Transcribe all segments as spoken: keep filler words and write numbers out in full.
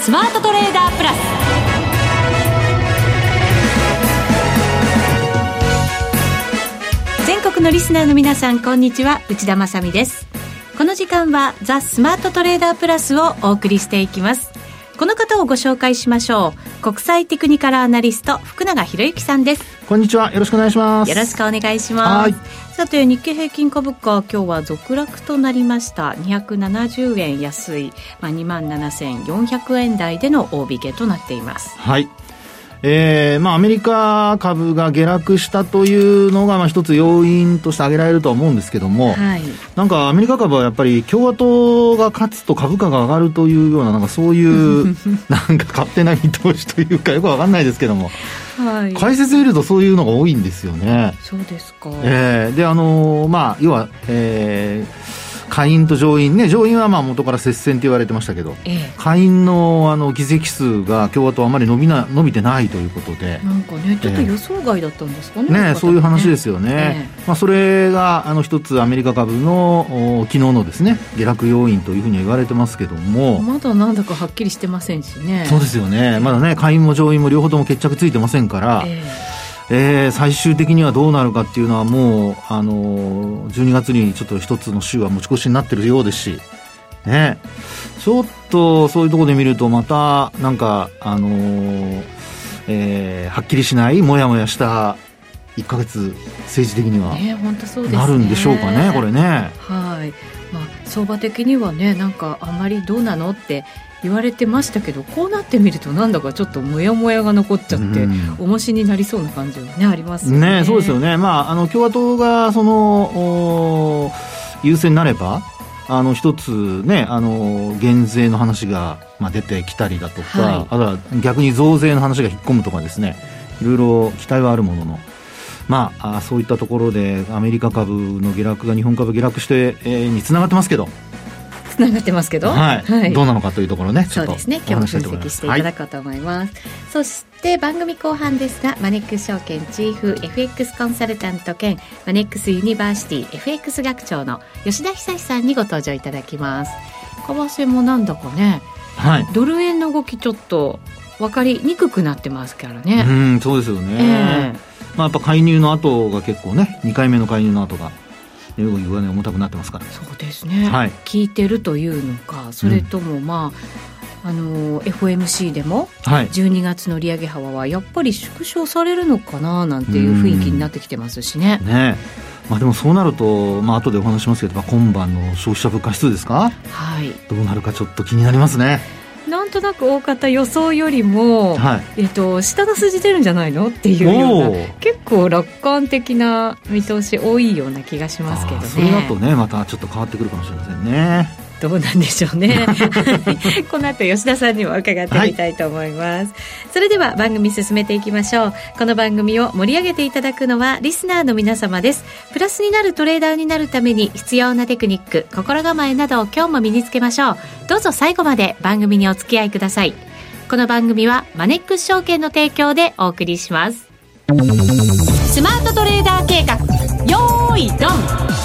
スマートトレーダープラス。全国のリスナーの皆さん、こんにちは、内田まさみです。この時間はザ・スマートトレーダープラスをお送りしていきます。この方をご紹介しましょう。国際テクニカルアナリスト、福永博之さんです。 こんにちは、よろしくお願いします。 よろしくお願いします。はい。さて、日経平均株価、今日は続落となりました。にひゃくななじゅうえん安い、まあ、にまんななせんよんひゃくえん台での大引けとなっています。 はい。えーまあ、アメリカ株が下落したというのが、まあ、一つ要因として挙げられるとは思うんですけども、はい、なんかアメリカ株はやっぱり共和党が勝つと株価が上がるというような、なんかそういうなんか勝手な見通しというかよくわかんないですけども、はい、解説見るとそういうのが多いんですよね。 そうですか。 えー、であのー、まあ要は、えー下院と上院ね、上院はまあ元から接戦と言われてましたけど、ええ、下院 の, あの議席数が共和党はあまり伸びな伸びてないということで、 なんかね、ちょっと予想外だったんですかね。 えー、ね、そういう話ですよね。ええ、まあ、それがあの一つアメリカ株の昨日のですね下落要因というふうには言われてますけども、 まだなんだかはっきりしてませんしね。 そうですよね。まだね、下院も上院も両方とも決着ついてませんから、えええー、最終的にはどうなるかっていうのはもう、あのー、じゅうにがつにちょっと一つの週は持ち越しになってるようですし、ね、ちょっとそういうところで見るとまたなんか、あのーえー、はっきりしないもやもやしたいっかげつ政治的にはなるんでしょうかね、これね。 はい、まあ、相場的にはね、なんかあんまりどうなのって言われてましたけど、こうなってみるとなんだかちょっとモヤモヤが残っちゃって、うん、重しになりそうな感じは、ね、ありますよ ね, ね。そうですよね。まあ、あの共和党がその優勢になれば、あの一つね、あの減税の話が、まあ、出てきたりだとか、はい、あとは逆に増税の話が引っ込むとかですね、いろいろ期待はあるものの、まあ、あそういったところでアメリカ株の下落が日本株下落して、えー、につながってますけどつながってますけど、 はいはい、どうなのかというところね、ちょっとそうですね、今日も分析していただこうと思います、はい、そして番組後半ですが、マネックス証券チーフ エフエックス コンサルタント兼マネックスユニバーシティ エフエックス 学長の吉田久さんにご登場いただきます。為替もなんだかね、はい、ドル円の動きちょっと分かりにくくなってますからね。 うん、そうですよね、えーまあ、やっぱ介入の後が結構ね、にかいめの介入の後が値動きがね重たくなってますから。 そうですね、はい、効いてるというのか、それとも、まあ、うん、あの エフオーエムシー でもじゅうにがつの利上げ幅はやっぱり縮小されるのかななんていう雰囲気になってきてますしね。 ね、まあ、でもそうなると、まあ後でお話しますけど、まあ、今晩の消費者物価指数ですか、はい、どうなるかちょっと気になりますね。 なんとなく大方予想よりも、はい、えっと、下の数字出るんじゃないのっていうような、結構楽観的な見通し多いような気がしますけどね。 それだとね、またちょっと変わってくるかもしれませんね。 どうなんでしょうねこの後吉田さんにも伺ってみたいと思います、はい、それでは番組進めていきましょう。この番組を盛り上げていただくのはリスナーの皆様です。プラスになるトレーダーになるために必要なテクニック、心構えなどを今日も身につけましょう。どうぞ最後まで番組にお付き合いください。この番組はマネックス証券の提供でお送りします。スマートトレーダー計画、よーいドン。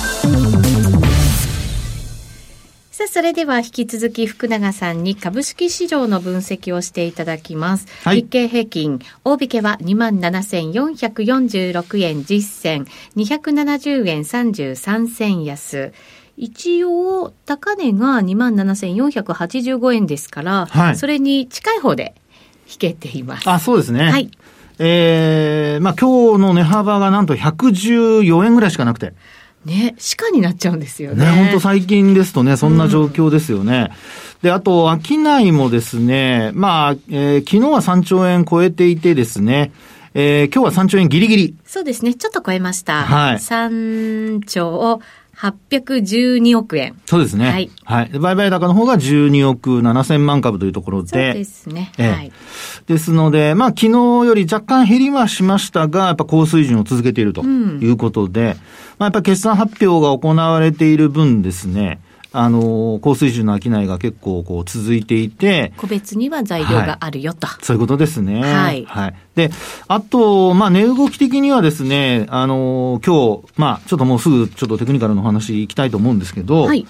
さあ、それでは引き続き福永さんに株式市場の分析をしていただきます、はい、日経平均大引けは にまんななせんよんひゃくよんじゅうろくえんじゅっせん、にひゃくななじゅうえんさんじゅうさんせん安、一応高値が にまんななせんよんひゃくはちじゅうごえんですから、はい、それに近い方で引けています。 あ、そうですね、はい、えーまあ、今日の値幅がなんとひゃくじゅうよえんぐらいしかなくてね、しかになっちゃうんですよね。 ね、本当最近ですとね、そんな状況ですよね。うん、で、あと、商いもですね、まあ、えー、昨日はさんちょうえん超えていてですね、えー、今日はさんちょうえんギリギリ。 そうですね、ちょっと超えました。はい。さんちょうはっぴゃくじゅうにおくえん。 そうですね。はい。はい。売買高の方がじゅうにおくななせんまん株というところで。そうですね。 えー、はい。ですので、まあ、昨日より若干減りはしましたが、やっぱ高水準を続けているということで、うん、まあ、やっぱ決算発表が行われている分ですね、あの、高水準の商いが結構こう続いていて。 個別には材料があるよと。 はい、そういうことですね。 はい。 はい。で、あと、まあ、値動き的にはですね、あの、今日、まあ、ちょっともうすぐちょっとテクニカルの話いきたいと思うんですけど、はい。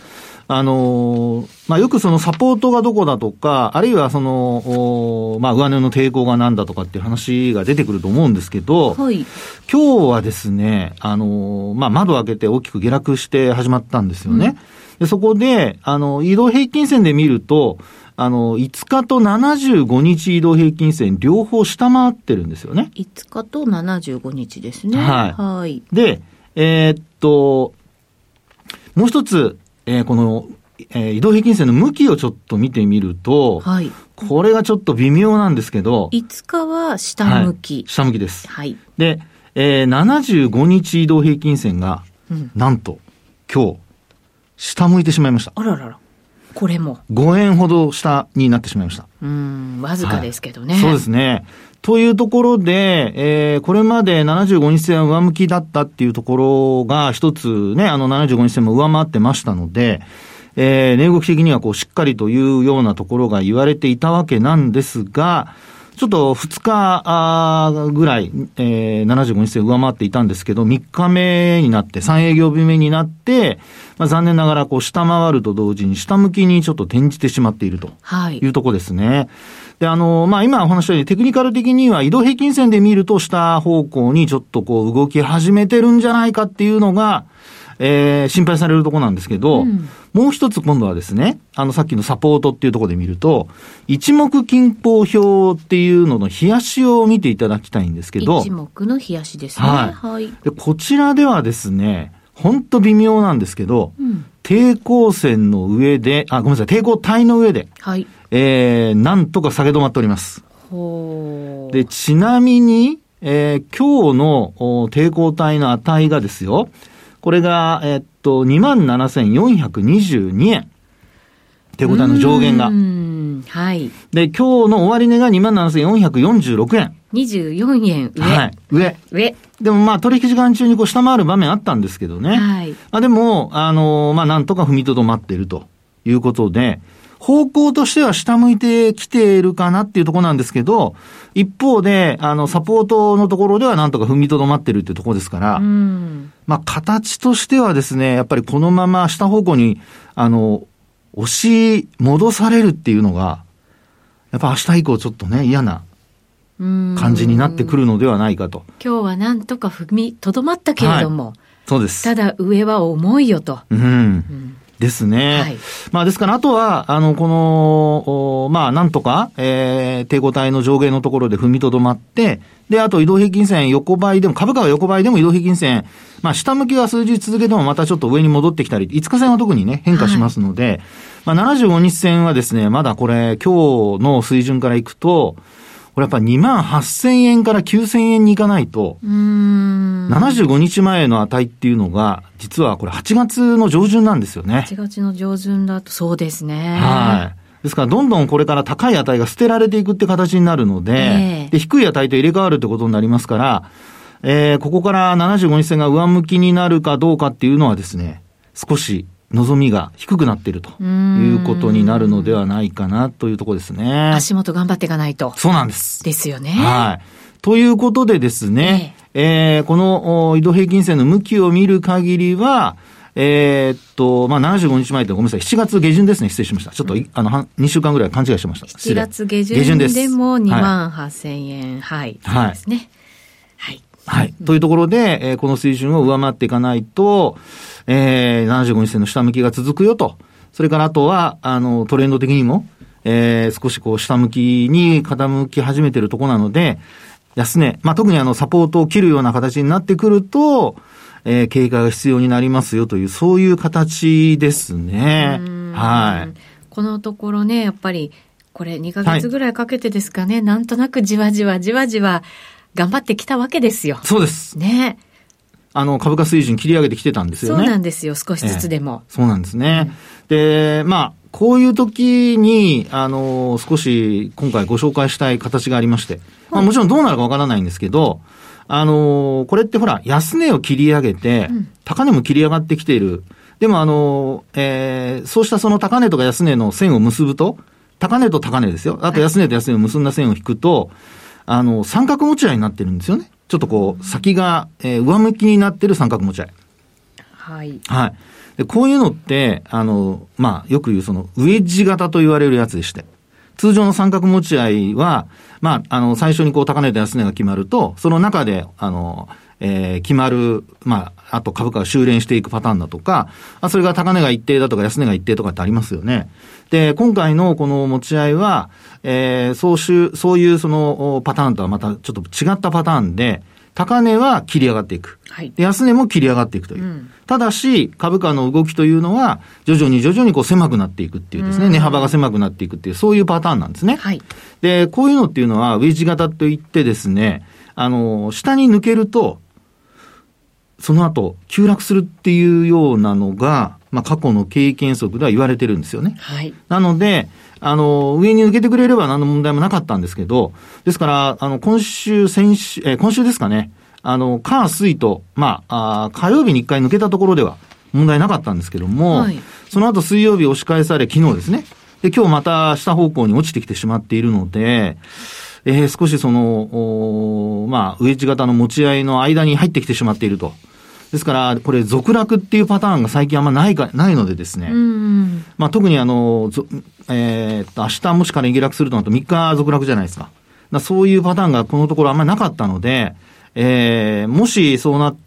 あのー、まあ、よくそのサポートがどこだとか、あるいはその、まあ、上値の抵抗がなんだとかっていう話が出てくると思うんですけど、はい、今日はですね、あのー、まあ、窓を開けて大きく下落して始まったんですよね。うん、でそこで、あの、移動平均線で見ると、あの、いつかとななじゅうごにち移動平均線両方下回ってるんですよね。 いつかとななじゅうごにちですね。 はい。はい、で、えー、っと、もう一つ、えー、この、えー、移動平均線の向きをちょっと見てみると、はい、これがちょっと微妙なんですけど、 いつかは下向き。はい、 下向きです。はい。で、えー、ななじゅうごにち移動平均線が、うん、なんと、今日、下向いてしまいました。 あららら。これも。 ごえんほど下になってしまいました。 うーん、わずかですけどね。 はい、そうですね。というところで、えー、これまでななじゅうごにち線は上向きだったっていうところが一つね、あのななじゅうごにち線も上回ってましたので、えー、値動き的にはこうしっかりというようなところが言われていたわけなんですが、ちょっとふつかぐらい、えー、ななじゅうごにち線上回っていたんですけど、みっかめになって、さん営業日目になって、まあ、残念ながらこう下回ると同時に下向きにちょっと転じてしまっているというところですね。はい、で、あの、まあ、今お話したようにテクニカル的には移動平均線で見ると下方向にちょっとこう動き始めてるんじゃないかっていうのが、えー、心配されるところなんですけど、うん、もう一つ今度はですね、あのさっきのサポートっていうところで見ると、一目均衡表っていうのの冷やしを見ていただきたいんですけど、 一目の冷やしですね。はい。はい、 でこちらではですね、本当微妙なんですけど、うん、抵抗線の上で、あ、ごめんなさい、抵抗帯の上で、はい、えー、なんとか下げ止まっております。ほー。で、ちなみに、えー、今日の抵抗帯の値がですよ、これが、えっと、にまんななせんよんひゃくにじゅうにえん。抵抗帯の上限が。 はい。 で、今日の終値が にまんななせんよんひゃくよんじゅうろくえん。 にじゅうよんえん上。 はい。上。 上。 でもまあ、取引時間中にこう下回る場面あったんですけどね。はい。あでも、あのー、まあ、なんとか踏みとどまっているということで、方向としては下向いてきているかなっていうところなんですけど、一方で、あの、サポートのところではなんとか踏みとどまってるっていうところですから、うん、まあ、形としてはですね、やっぱりこのまま下方向に、あの、押し戻されるっていうのが、やっぱ明日以降ちょっとね、嫌な感じになってくるのではないかと。 今日はなんとか踏みとどまったけれども、はい、 そうです。 ただ上は重いよと。 うん。うんですね。はい。まあですから、あとは、あの、この、まあなんとか、えー、抵抗体の上限のところで踏みとどまって、で、あと移動平均線横ばいでも、株価が横ばいでも移動平均線、まあ下向きは数日続けてもまたちょっと上に戻ってきたり、いつか線は特にね、変化しますので、はい、まあななじゅうごにち線はですね、まだこれ、今日の水準からいくと、これやっぱりにまんはっせんえんからきゅうせんえんに行かないと、うーんななじゅうごにちまえの値っていうのが、実はこれはちがつの上旬なんですよね。 はちがつの上旬だとそうですね。 はい。ですからどんどんこれから高い値が捨てられていくって形になるので、えー、で低い値と入れ替わるってことになりますから、えー、ここからななじゅうごにち線が上向きになるかどうかっていうのはですね、少し望みが低くなっているということになるのではないかなというところですね。 足元頑張っていかないと。 そうなんです。 ですよね。 はい。ということでですね、えーえー、この移動平均線の向きを見る限りは、えー、っと、まあ、ななじゅうごにちまえってごめんなさい、しちがつげじゅんですね、失礼しました。ちょっと、うん、あの、にしゅうかんぐらい勘違いしてました。 しちがつげじゅんでもにまんはっせんえん、はい。はい。そうですね。はい。 はい。というところで、えー、この水準を上回っていかないと、えー、ななじゅうごにち線の下向きが続くよと。それからあとは、あの、トレンド的にも、えー、少しこう、下向きに傾き始めているところなので、安値、まあ、特にあの、サポートを切るような形になってくると、えー、警戒が必要になりますよという、そういう形ですね。はい。 このところね、やっぱり、これにかげつぐらいかけてですかね、はい、なんとなくじわじわじわじわ頑張ってきたわけですよ。 そうです。 ね。 あの、株価水準切り上げてきてたんですよね。 そうなんですよ、少しずつでも。 えー、そうなんですね。うん、で、まあ、こういう時に、あの、少し今回ご紹介したい形がありまして、はい、まあ、もちろんどうなるかわからないんですけど、あの、これってほら、安値を切り上げて、うん、高値も切り上がってきている。でもあの、えー、そうしたその高値とか安値の線を結ぶと、高値と高値ですよ。あと安値と安値を結んだ線を引くと、はい、あの、三角持ち合いになってるんですよね。ちょっとこう、先が、えー、上向きになってる三角持ち合い。 はい。 はい。 でこういうのって、あの、まあ、よく言うその、ウェッジ型と言われるやつでして、通常の三角持ち合いは、まあ、あの、最初にこう、高値と安値が決まると、その中で、あの、えー、決まる、まあ、あと株価が修練していくパターンだとか、それが高値が一定だとか安値が一定とかってありますよね。で、今回のこの持ち合いは、えー、そうしゅ、そういうそのパターンとはまたちょっと違ったパターンで、高値は切り上がっていく。はい、で、安値も切り上がっていくという。うん、ただし、株価の動きというのは、徐々に徐々にこう狭くなっていくっていうですね、値幅が狭くなっていくっていう、そういうパターンなんですね。はい、で、こういうのっていうのは、ウェッジ型といってですね、あの、下に抜けると、その後、急落するっていうようなのが、まあ、過去の経験則では言われてるんですよね。はい。なので、あの、上に抜けてくれれば何の問題もなかったんですけど、ですから、あの、今週、先週、えー、今週ですかね、あの、火、水と、まあ、あ火曜日に一回抜けたところでは問題なかったんですけども、はい、その後水曜日押し返され、昨日ですね。で、今日また下方向に落ちてきてしまっているので、えー、少しその、まあ、ウェッジ型の持ち合いの間に入ってきてしまっていると。ですから、これ、続落っていうパターンが最近あんまないか、ないのでですね。うん、まあ、特にあの、えー、っと、明日もし仮に下落するとなるとみっか続落じゃないですか。だそういうパターンがこのところあんまりなかったので、えー、もしそうなって、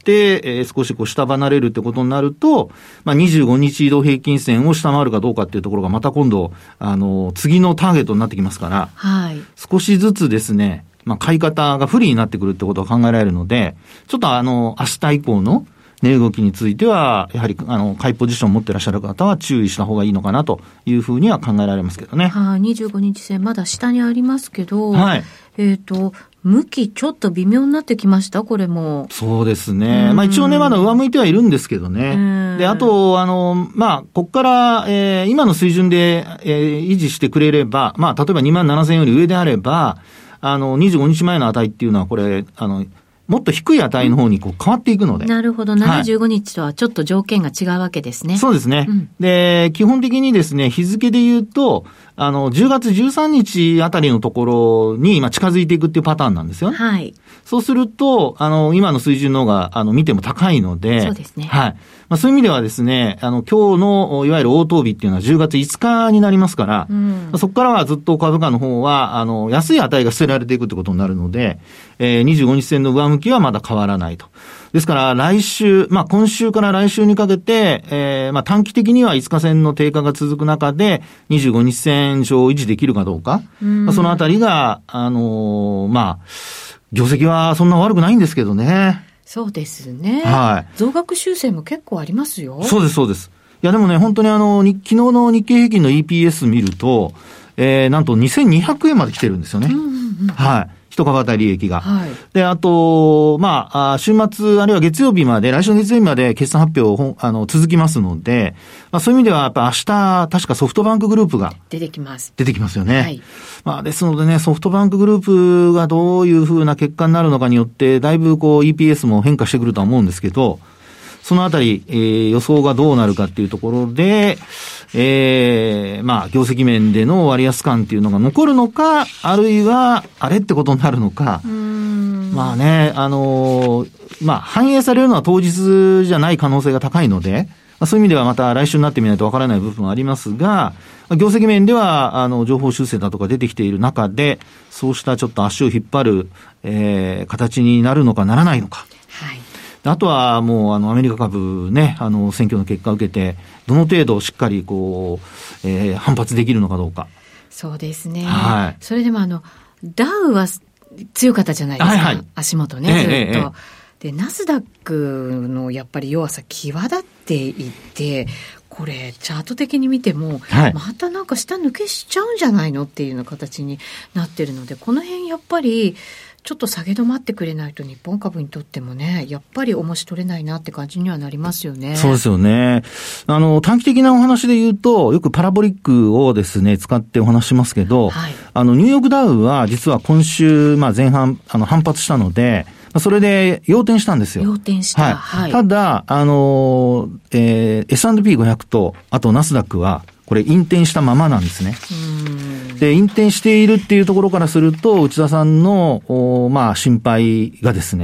えー、少しこう下離れるってことになると、まあ、にじゅうごにち移動平均線を下回るかどうかっていうところがまた今度、あの、次のターゲットになってきますから、はい。少しずつですね、まあ、買い方が不利になってくるってことが考えられるので、ちょっとあの、明日以降の値動きについては、やはり、あの、買いポジションを持っていらっしゃる方は注意した方がいいのかなというふうには考えられますけどね。 はい、にじゅうごにち線まだ下にありますけど、はい。えっと、向きちょっと微妙になってきましたこれも。 そうですね。まあ一応ね、まだ上向いてはいるんですけどね。で、あと、あの、まあ、こっから、えー、今の水準で、えー、維持してくれれば、まあ、例えばにまんななせんより上であれば、あの、にじゅうごにちまえの値っていうのはこれ、あの、もっと低い値の方にこう変わっていくので。 なるほど。ななじゅうごにちとはちょっと条件が違うわけですね。 はい、そうですね、うん。で、基本的にですね、日付で言うと、あの、じゅうがつじゅうさんにちあたりのところに今近づいていくっていうパターンなんですよね。はい。そうすると、あの、今の水準の方が、あの、見ても高いので。 そうですね。 はい。まあ、そういう意味ではですね、あの、今日の、いわゆる応答日っていうのはじゅうがついつかになりますから、うん、そこからはずっと株価の方は、あの、安い値が捨てられていくってことになるので、えー、にじゅうごにち線の上向きはまだ変わらないと。ですから、来週、まあ、今週から来週にかけて、えー、まあ、短期的にはいつか線の低下が続く中で、にじゅうごにち線上を維持できるかどうか。うん、まあ、そのあたりが、あのー、まあ、業績はそんな悪くないんですけどね。 そうですね。はい。増額修正も結構ありますよ。 そうです、そうです。いや、でもね、本当にあの、昨日の日経平均の イーピーエス 見ると、えー、なんとにせんにひゃくえんまで来てるんですよね。うんうんうん、はい。一株当たり利益が。はい。で、あと、まあ、週末、あるいは月曜日まで、来週の月曜日まで決算発表を、あの、続きますので、まあ、そういう意味では、やっぱ明日、確かソフトバンクグループが。 出てきます。 出てきますよね。はい。まあ、ですのでね、ソフトバンクグループがどういうふうな結果になるのかによって、だいぶこう、イーピーエス も変化してくるとは思うんですけど、そのあたり、えー、予想がどうなるかっていうところで、えー、まあ、業績面での割安感っていうのが残るのか、あるいは、あれってことになるのか、うーんまあね、あのー、まあ、反映されるのは当日じゃない可能性が高いので、まあ、そういう意味ではまた来週になってみないとわからない部分はありますが、業績面では、あの、情報修正だとか出てきている中で、そうしたちょっと足を引っ張る、えー、形になるのかならないのか。はい。あとはもうあのアメリカ株ね、あの選挙の結果を受けて、どの程度しっかりこう、えー、反発できるのかどうか。 そうですね。はい。それでもあの、ダウは強かったじゃないですか。はいはい、足元ね、ずっと。ええええ、で、ナスダックのやっぱり弱さ際立っていて、これチャート的に見ても、はい、またなんか下抜けしちゃうんじゃないのっていうような形になってるので、この辺やっぱりちょっと下げ止まってくれないと日本株にとってもね、やっぱり重し取れないなって感じにはなりますよね。 そうですよね。あの、短期的なお話で言うと、よくパラボリックをですね、使ってお話しますけど、はい、あの、ニューヨークダウは実は今週、まあ前半、あの、反発したので、それで、要点したんですよ。 要点した。はい。はい、 ただ、あの、えー、エスアンドピーごひゃく と、あとナスダックは、これ、引転したままなんですね。うんで、引転しているっていうところからすると、内田さんの、まあ、心配がですね、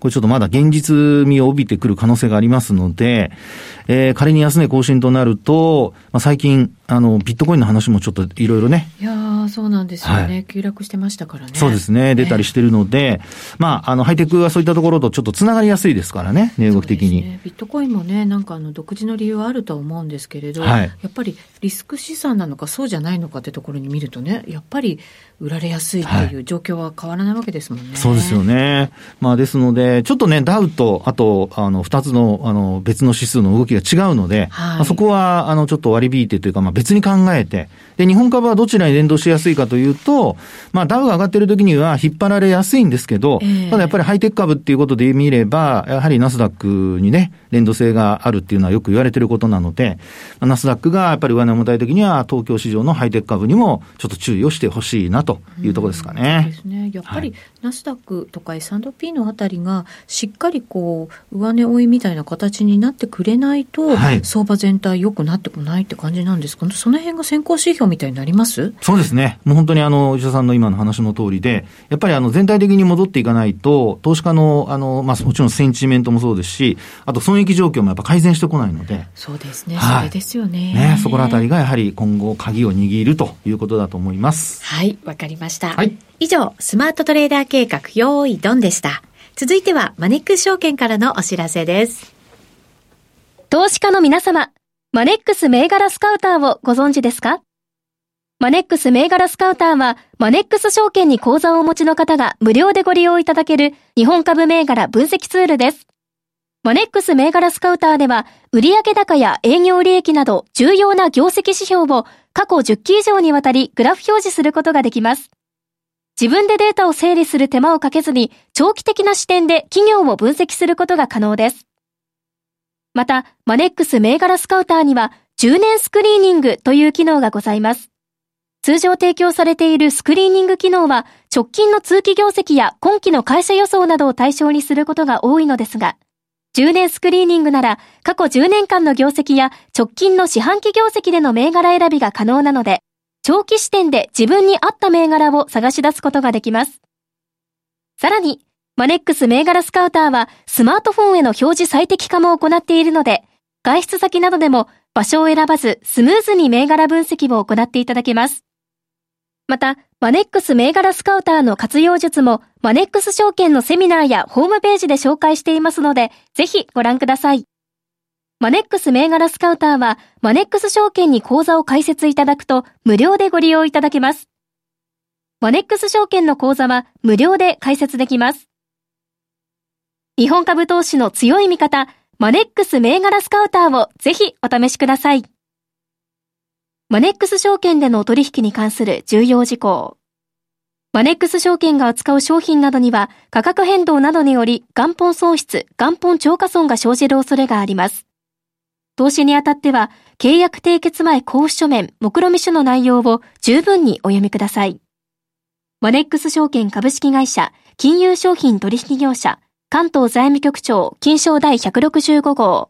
これちょっとまだ現実味を帯びてくる可能性がありますので、えー、仮に安値更新となると、まあ、最近あのビットコインの話もちょっといろいろね、 いやーそうなんですよね、はい、急落してましたからね。 そうですね、出たりしてるので、えー、まああのハイテクはそういったところとちょっとつながりやすいですからね、値動き的に、 ね、ビットコインもね、なんかあの独自の理由はあるとは思うんですけれど、はい、やっぱりリスク資産なのかそうじゃないのかってところに見るとね、やっぱり売られやすいっていう状況は変わらないわけですもんね。 はい、そうですよね。まあですのでちょっとね、ダウとあとあのふたつのあの別の指数の動きが違うので、はい、まあ、そこはあのちょっと割り引いてというか、まあ、別に考えて、で日本株はどちらに連動しやすいかというと、まあ、ダウが上がっている時には引っ張られやすいんですけど、えー、ただやっぱりハイテク株っていうことで見れば、やはりナスダックにね連動性があるっていうのはよく言われていることなので、ナスダックがやっぱり上値重たい時には東京市場のハイテク株にもちょっと注意をしてほしいなというところですかね。 そうですね。やっぱり、はい、ナスダックとか エスアンドピー のあたりがしっかりこう上値追いみたいな形になってくれないと、はい、相場全体良くなってこないって感じなんですか。その辺が先行指標みたいになります？ そうですね。もう本当にあの石田さんの今の話の通りで、やっぱりあの全体的に戻っていかないと投資家のあの、まあ、もちろんセンチメントもそうですし、あと損益状況もやっぱ改善してこないので。 そうですね、はい、それですよね。 ね、そこらあたりがやはり今後鍵を握るということだと思います。 はい、わかりました。はい、以上スマートトレーダー計画用意ドンでした。続いてはマネックス証券からのお知らせです。 投資家の皆様、マネックス銘柄スカウターをご存知ですか？マネックス銘柄スカウターは、マネックス証券に口座をお持ちの方が無料でご利用いただける日本株銘柄分析ツールです。マネックス銘柄スカウターでは、売上高や営業利益など重要な業績指標を過去じゅっき以上にわたりグラフ表示することができます。自分でデータを整理する手間をかけずに、長期的な視点で企業を分析することが可能です。また、マネックス銘柄スカウターには、じゅうねんスクリーニングという機能がございます。通常提供されているスクリーニング機能は、直近の通期業績や今期の会社予想などを対象にすることが多いのですが、じゅうねんスクリーニングなら、過去じゅうねんかんの業績や直近の四半期業績での銘柄選びが可能なので、長期視点で自分に合った銘柄を探し出すことができます。さらに、マネックス銘柄スカウターはスマートフォンへの表示最適化も行っているので、外出先などでも場所を選ばずスムーズに銘柄分析を行っていただけます。また、マネックス銘柄スカウターの活用術もマネックス証券のセミナーやホームページで紹介していますので、ぜひご覧ください。マネックス銘柄スカウターはマネックス証券に口座を開設いただくと無料でご利用いただけます。マネックス証券の口座は無料で開設できます。日本株投資の強い味方、マネックス銘柄スカウターをぜひお試しください。マネックス証券での取引に関する重要事項。マネックス証券が扱う商品などには価格変動などにより元本損失、元本超過損が生じる恐れがあります。投資にあたっては契約締結前交付書面、目論見書の内容を十分にお読みください。マネックス証券株式会社、金融商品取引業者、関東財務局長、金賞第ひゃくろくじゅうご号。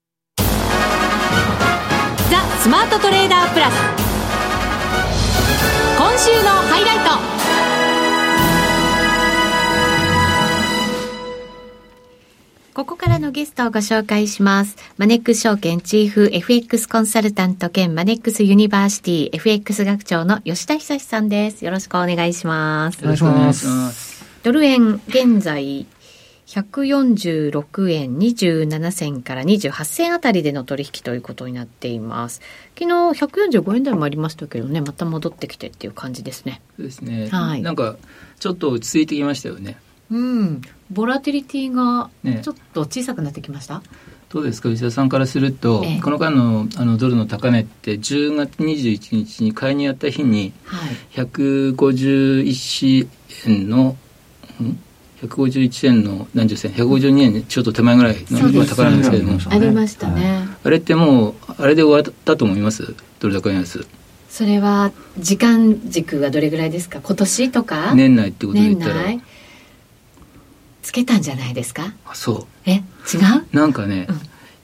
ザ・スマートトレーダープラス。今週のハイライト。ここからのゲストをご紹介します。マネックス証券チーフ エフエックス コンサルタント兼マネックスユニバーシティ エフエックス 学長の吉田久さんです。よろしくお願いします。 よろしくお願いします。 ドル円現在ひゃくよんじゅうろくえんにじゅうなな銭からにじゅうはち銭あたりでの取引ということになっています。昨日ひゃくよんじゅうごえん台もありましたけどね、また戻ってきてっていう感じですね。 そうですね、 はい、 なんかちょっと落ち着いてきましたよね。 うん、ボラティリティがちょっと小さくなってきました、ね、 どうですか、吉田さんからすると、ええ、この間 の, あのドルの高値ってじゅうがつにじゅういちにちに買いにやった日にひゃくごじゅういちえんの、んひゃくごじゅういちえんの何十銭ひゃくごじゅうにえんちょっと手前ぐらいの今高値なんですけれども、 ありましたね。 あれってもうあれで終わったと思います？ドル高円安。 それは時間軸がどれぐらいですか？今年とか年内ってことで言ったら年内つけたんじゃないですか？ あ、そう。 え、違う？ なんかね、うん、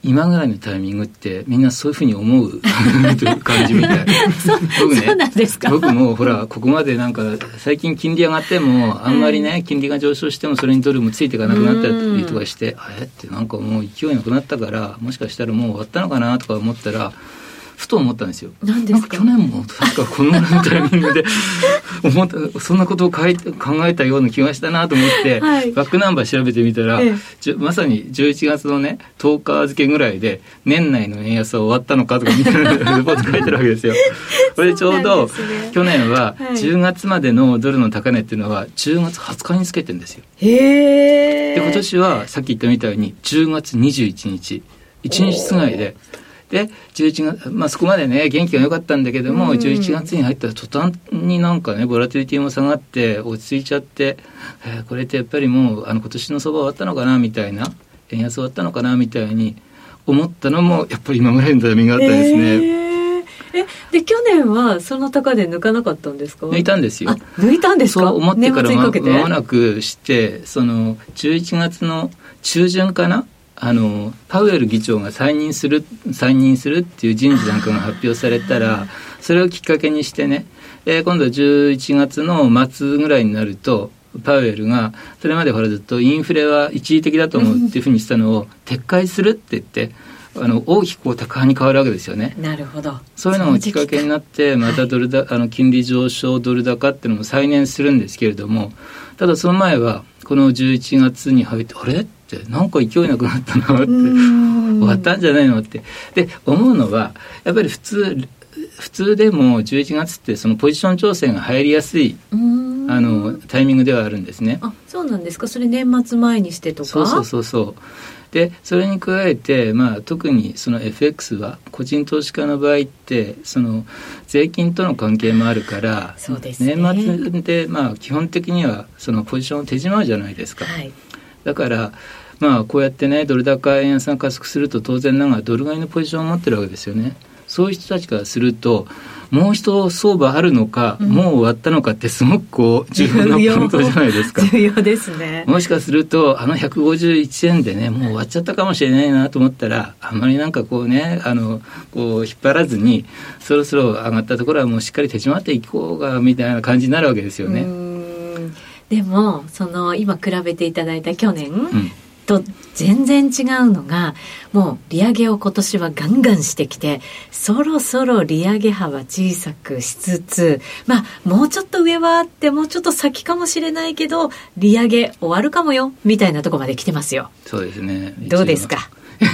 今ぐらいのタイミングってみんなそういうふうに思うという感じみたい僕ね、 そうなんですか。 僕もほらここまでなんか最近金利上がってもあんまりね、金利が上昇してもそれにドルもついていかなくなったりとかして、あれってなんかもう勢いなくなったからもしかしたらもう終わったのかなとか思ったらふと思ったんですよ。 何ですか。 なんか去年も確かこのぐらいのタイミングで思ったそんなことを考えたような気がしたなと思って、はい、バックナンバー調べてみたら、ええ、まさにじゅういちがつのねとおか付ぐらいで年内の円安は終わったのかとかみたいなレポート書いてるわけですよ。これちょうど、ね、去年はじゅうがつまでのドルの高値っていうのはじゅうがつはつかにつけてるんですよ。 へー。 で今年はさっき言ったみたいにじゅうがつにじゅういちにちいちにちつがいででじゅういちがつ、まあ、そこまでね元気が良かったんだけども、うん、じゅういちがつに入ったら途端になんかねボラティリティも下がって落ち着いちゃって、えー、これってやっぱりもうあの今年の相場終わったのかなみたいな円安終わったのかなみたいに思ったのもやっぱり今ぐらいのタイミングがあったんですね。 えー、えで去年はその高で抜かなかったんですか。 抜いたんですよ。 抜いたんですか。 そう思ってからまもなくしてそのじゅういちがつの中旬かなあのパウエル議長が再任する再任するっていう人事なんかが発表されたらそれをきっかけにしてね、えー、今度じゅういちがつの末ぐらいになるとパウエルがそれまでほらずっとインフレは一時的だと思うっていうふうにしたのを撤回するって言ってあの大きくこう高派に変わるわけですよね。 なるほど。 そういうのがきっかけになってまたドルだ、はい、あの金利上昇ドル高っていうのも再燃するんですけれども、ただその前はこのじゅういちがつに入ってあれなんか勢いなくなったなって終わったんじゃないのってで思うのはやっぱり普通普通でもじゅういちがつってそのポジション調整が入りやすいあのタイミングではあるんですね。 あ、そうなんですか。それ年末前にしてとか。 そうそうそうそうでそれに加えて、まあ、特にその エフエックス は個人投資家の場合ってその税金との関係もあるからそうですね、 年末で、まあ、基本的にはそのポジションを手締まうじゃないですか、はい、だからまあ、こうやってねドル高円安が加速すると当然ながらドル買いのポジションを持ってるわけですよね。そういう人たちからするともう一相場あるのか、うん、もう終わったのかってすごくこう重要なポイントじゃないですか。 重要ですね。 もしかするとあのひゃくごじゅういちえんでねもう終わっちゃったかもしれないなと思ったらあんまりなんかこうねあのこう引っ張らずにそろそろ上がったところはもうしっかり手締まっていこうがみたいな感じになるわけですよね。 うーんでもその今比べていただいた去年、うんと全然違うのがもう利上げを今年はガンガンしてきてそろそろ利上げ幅小さくしつつまあもうちょっと上はあってもうちょっと先かもしれないけど利上げ終わるかもよみたいなところまで来てますよ。 そうですね。 どうですか。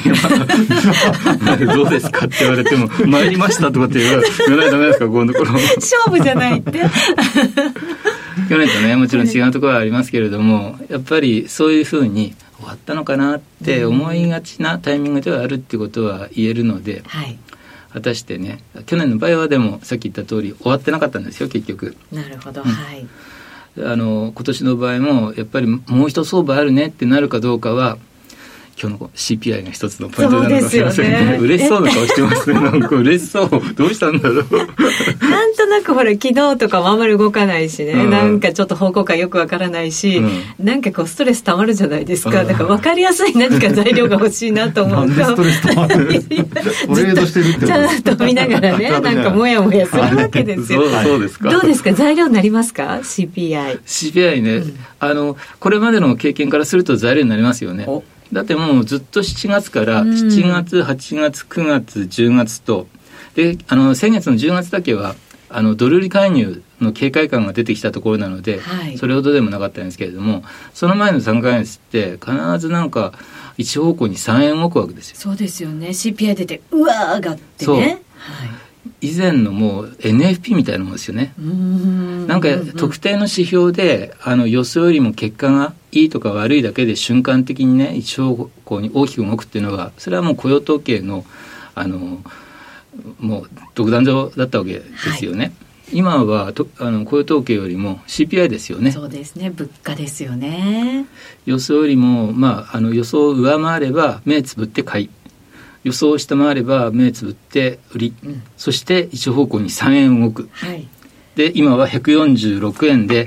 どうですかって言われても参りましたとかって言わないとダメですか。この頃勝負じゃないって去年とねもちろん違うところはありますけれどもやっぱりそういうふうに終わったのかなって思いがちなタイミングではあるっていうことは言えるので、はい、果たしてね去年の場合はでもさっき言った通り終わってなかったんですよ結局。 なるほど、 うんはい、あの今年の場合もやっぱりもう一相場あるねってなるかどうかは今日の シーピーアイ が一つのポイントなのかもしれません ね, ね嬉しそうな顔してますねなんか嬉しそうどうしたんだろうなんとなくほら昨日とかもあんまり動かないしね、うん、なんかちょっと方向感よくわからないし、うん、なんかこうストレスたまるじゃないですか、うん、だから分かりやすい何か材料が欲しいなと思うとなんでストレスたまるトレードしてるってちゃんと見ながらねなんかもやもやするわけですよそう、そうですか。 どうですか材料になりますか シーピーアイ。 シーピーアイ ね、うん、あのこれまでの経験からすると材料になりますよね。だってもうずっとしちがつからしちがつ、はちがつ、くがつ、じゅうがつとであの先月のじゅうがつだけはあのドル売り介入の警戒感が出てきたところなので、はい、それほどでもなかったんですけれどもその前のさんかげつって必ずなんか一方向にさんえん動くわけですよ。 そうですよね。 シーピーアイ 出てうわー上がってね。そう、はい、 以前のもう エヌエフピー みたいなものですよね。うーんなんか特定の指標であの予想よりも結果がいいとか悪いだけで瞬間的にね一方向に大きく動くっていうのはそれはもう雇用統計のあのもう独壇場だったわけですよね、はい、今はとあの雇用統計よりも シーピーアイ ですよね。 そうですね。物価ですよね。 予想よりも、まあ、あの予想を上回れば目つぶって買い予想を下回れば目つぶって売り、うん、そして一方向にさんえん動く、はい、で今はひゃくよんじゅうろくえんで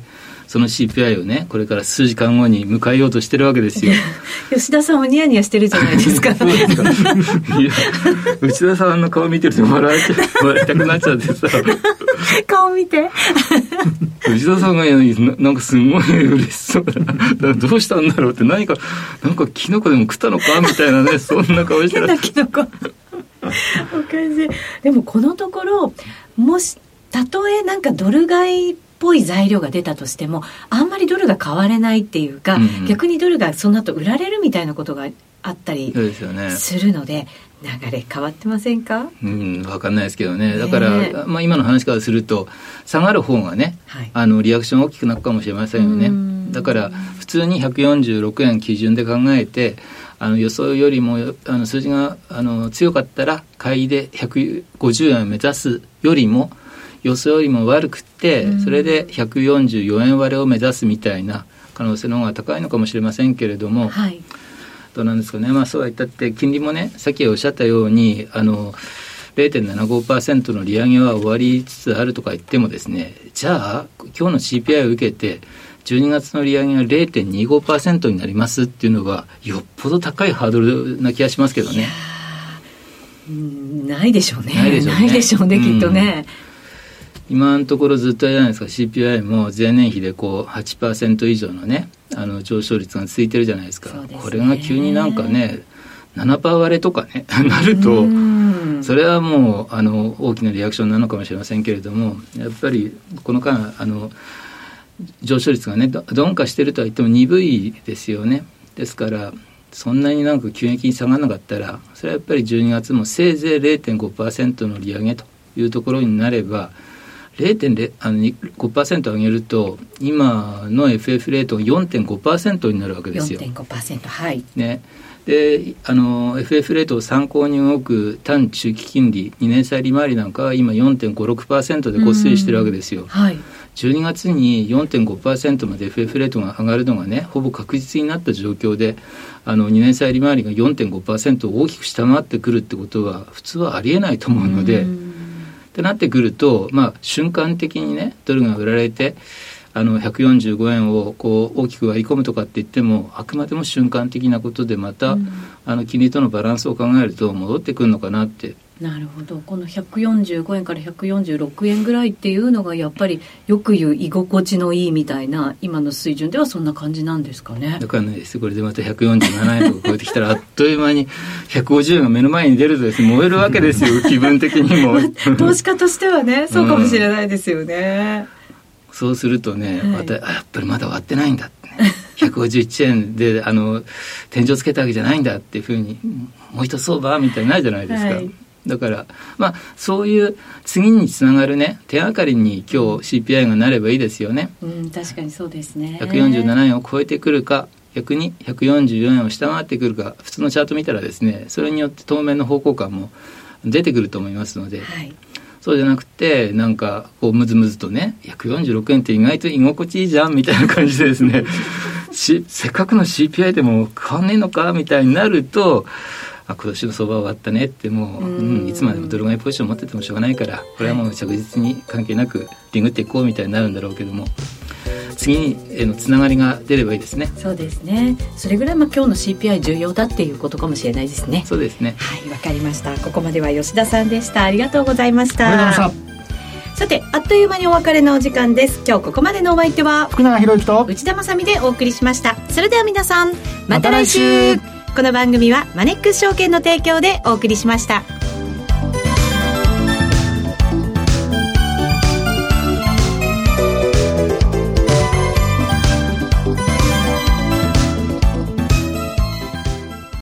その シーピーアイ をねこれから数時間後に迎えようとしてるわけですよ。 吉田さんはニヤニヤしてるじゃないですか。 そうですか。いや内田さんの顔見てると笑い笑いたくなっちゃってさ顔見て内田さんがな, なんかすごい嬉しそうだどうしたんだろうって何かなんかキノコでも食ったのかみたいなねそんな顔してる。 変なキノコおかしい。でもこのところもしたとえなんかドル買いっぽい材料が出たとしてもあんまりドルが買われないっていうか、うんうん、逆にドルがその後売られるみたいなことがあったりするので、流れ変わってませんか？ うん、分かんないですけどね。だから、ねまあ、今の話からすると下がる方がね、はい、あのリアクション大きくなるかもしれませんよね。だから普通にひゃくよんじゅうろくえん基準で考えてあの予想よりもあの数字があの強かったら買いでひゃくごじゅうえんを目指すよりも予想よりも悪くってそれでひゃくよんじゅうよえん割れを目指すみたいな可能性の方が高いのかもしれませんけれども、はい、どうなんですかね。まあそうは言ったって金利もねさっきおっしゃったようにあの ゼロてんななごパーセント の利上げは終わりつつあるとか言ってもですね、じゃあ今日の シーピーアイ を受けてじゅうにがつの利上げが ゼロてんにごパーセント になりますっていうのはよっぽど高いハードルな気がしますけどね。 いやないでしょうね。 ないでしょうね、 ないでしょうね、きっとね。 今のところずっとあれじゃないですか シーピーアイ も前年比でこう はちパーセント 以上のねあの上昇率が続いてるじゃないですか。 そうですね、 これが急になんかね ななパーセント 割れとかねなるとそれはもうあの大きなリアクションなのかもしれませんけれども、やっぱりこの間あの上昇率がね鈍化してるとは言っても鈍いですよね。ですからそんなになんか急激に下がらなかったらそれはやっぱりじゅうにがつもせいぜい ゼロてんごパーセント の利上げというところになれば ゼロてんごパーセント 上げると今の エフエフ レートが よんてんごパーセント になるわけですよ。 よんてんごパーセント はいね。であの エフエフ レートを参考に動く短中期金利にねん債利回りなんかは今 よんてんごろくパーセント でこっそりしてるわけですよ、 はい、 じゅうにがつに よんてんごパーセント まで エフエフ レートが上がるのがねほぼ確実になった状況であのにねん債利回りが よんてんごパーセント を大きく下回ってくるってことは普通はありえないと思うのでってなってくると、まあ、瞬間的にねドルが売られてあのひゃくよんじゅうごえんをこう大きく割り込むとかって言ってもあくまでも瞬間的なことでまた、うん、あの金利とのバランスを考えると戻ってくるのかなって。 なるほど。このひゃくよんじゅうごえんからひゃくよんじゅうろくえんぐらいっていうのがやっぱりよく言う居心地のいいみたいな今の水準ではそんな感じなんですかね。 わかんないです。これでまたひゃくよんじゅうななえんとか超えてきたらあっという間にひゃくごじゅうえんが目の前に出るとですね燃えるわけですよ気分的にも投資家としてはねそうかもしれないですよね、 うん、そうするとね、はい、またやっぱりまだ終わってないんだってねひゃくごじゅういちえんであの天井つけたわけじゃないんだっていうふうにもう一相場みたいにないじゃないですか、はい、だから、まあ、そういう次につながるね手がかりに今日 シーピーアイ がなればいいですよね、 うん、確かにそうですね。 ひゃくよんじゅうななえんを超えてくるか逆にひゃくよんじゅうよえんを下回ってくるか普通のチャート見たらですねそれによって当面の方向感も出てくると思いますので、はい、そうじゃなくてなんかこうムズムズとねひゃくよんじゅうろくえんって意外と居心地いいじゃんみたいな感じでですねしせっかくの シーピーアイ でも変わんねえのかみたいになるとあ今年の相場終わったねってもう、うん、いつまでもドル買いポジション持っててもしょうがないからこれはもう着実に関係なくリングっていこうみたいになるんだろうけども次へのつながりが出ればいいですね。 そうですね。それぐらいまあ今日の シーピーアイ 重要だっていうことかもしれないですね。 そうですね。 はい、わかりました。ここまでは吉田さんでした。ありがとうございました。 ありがとうございました。さてあっという間にお別れのお時間です。今日ここまでのお相手は福永博之と内田まさみでお送りしました。それでは皆さんまた来週。この番組はマネックス証券の提供でお送りしました。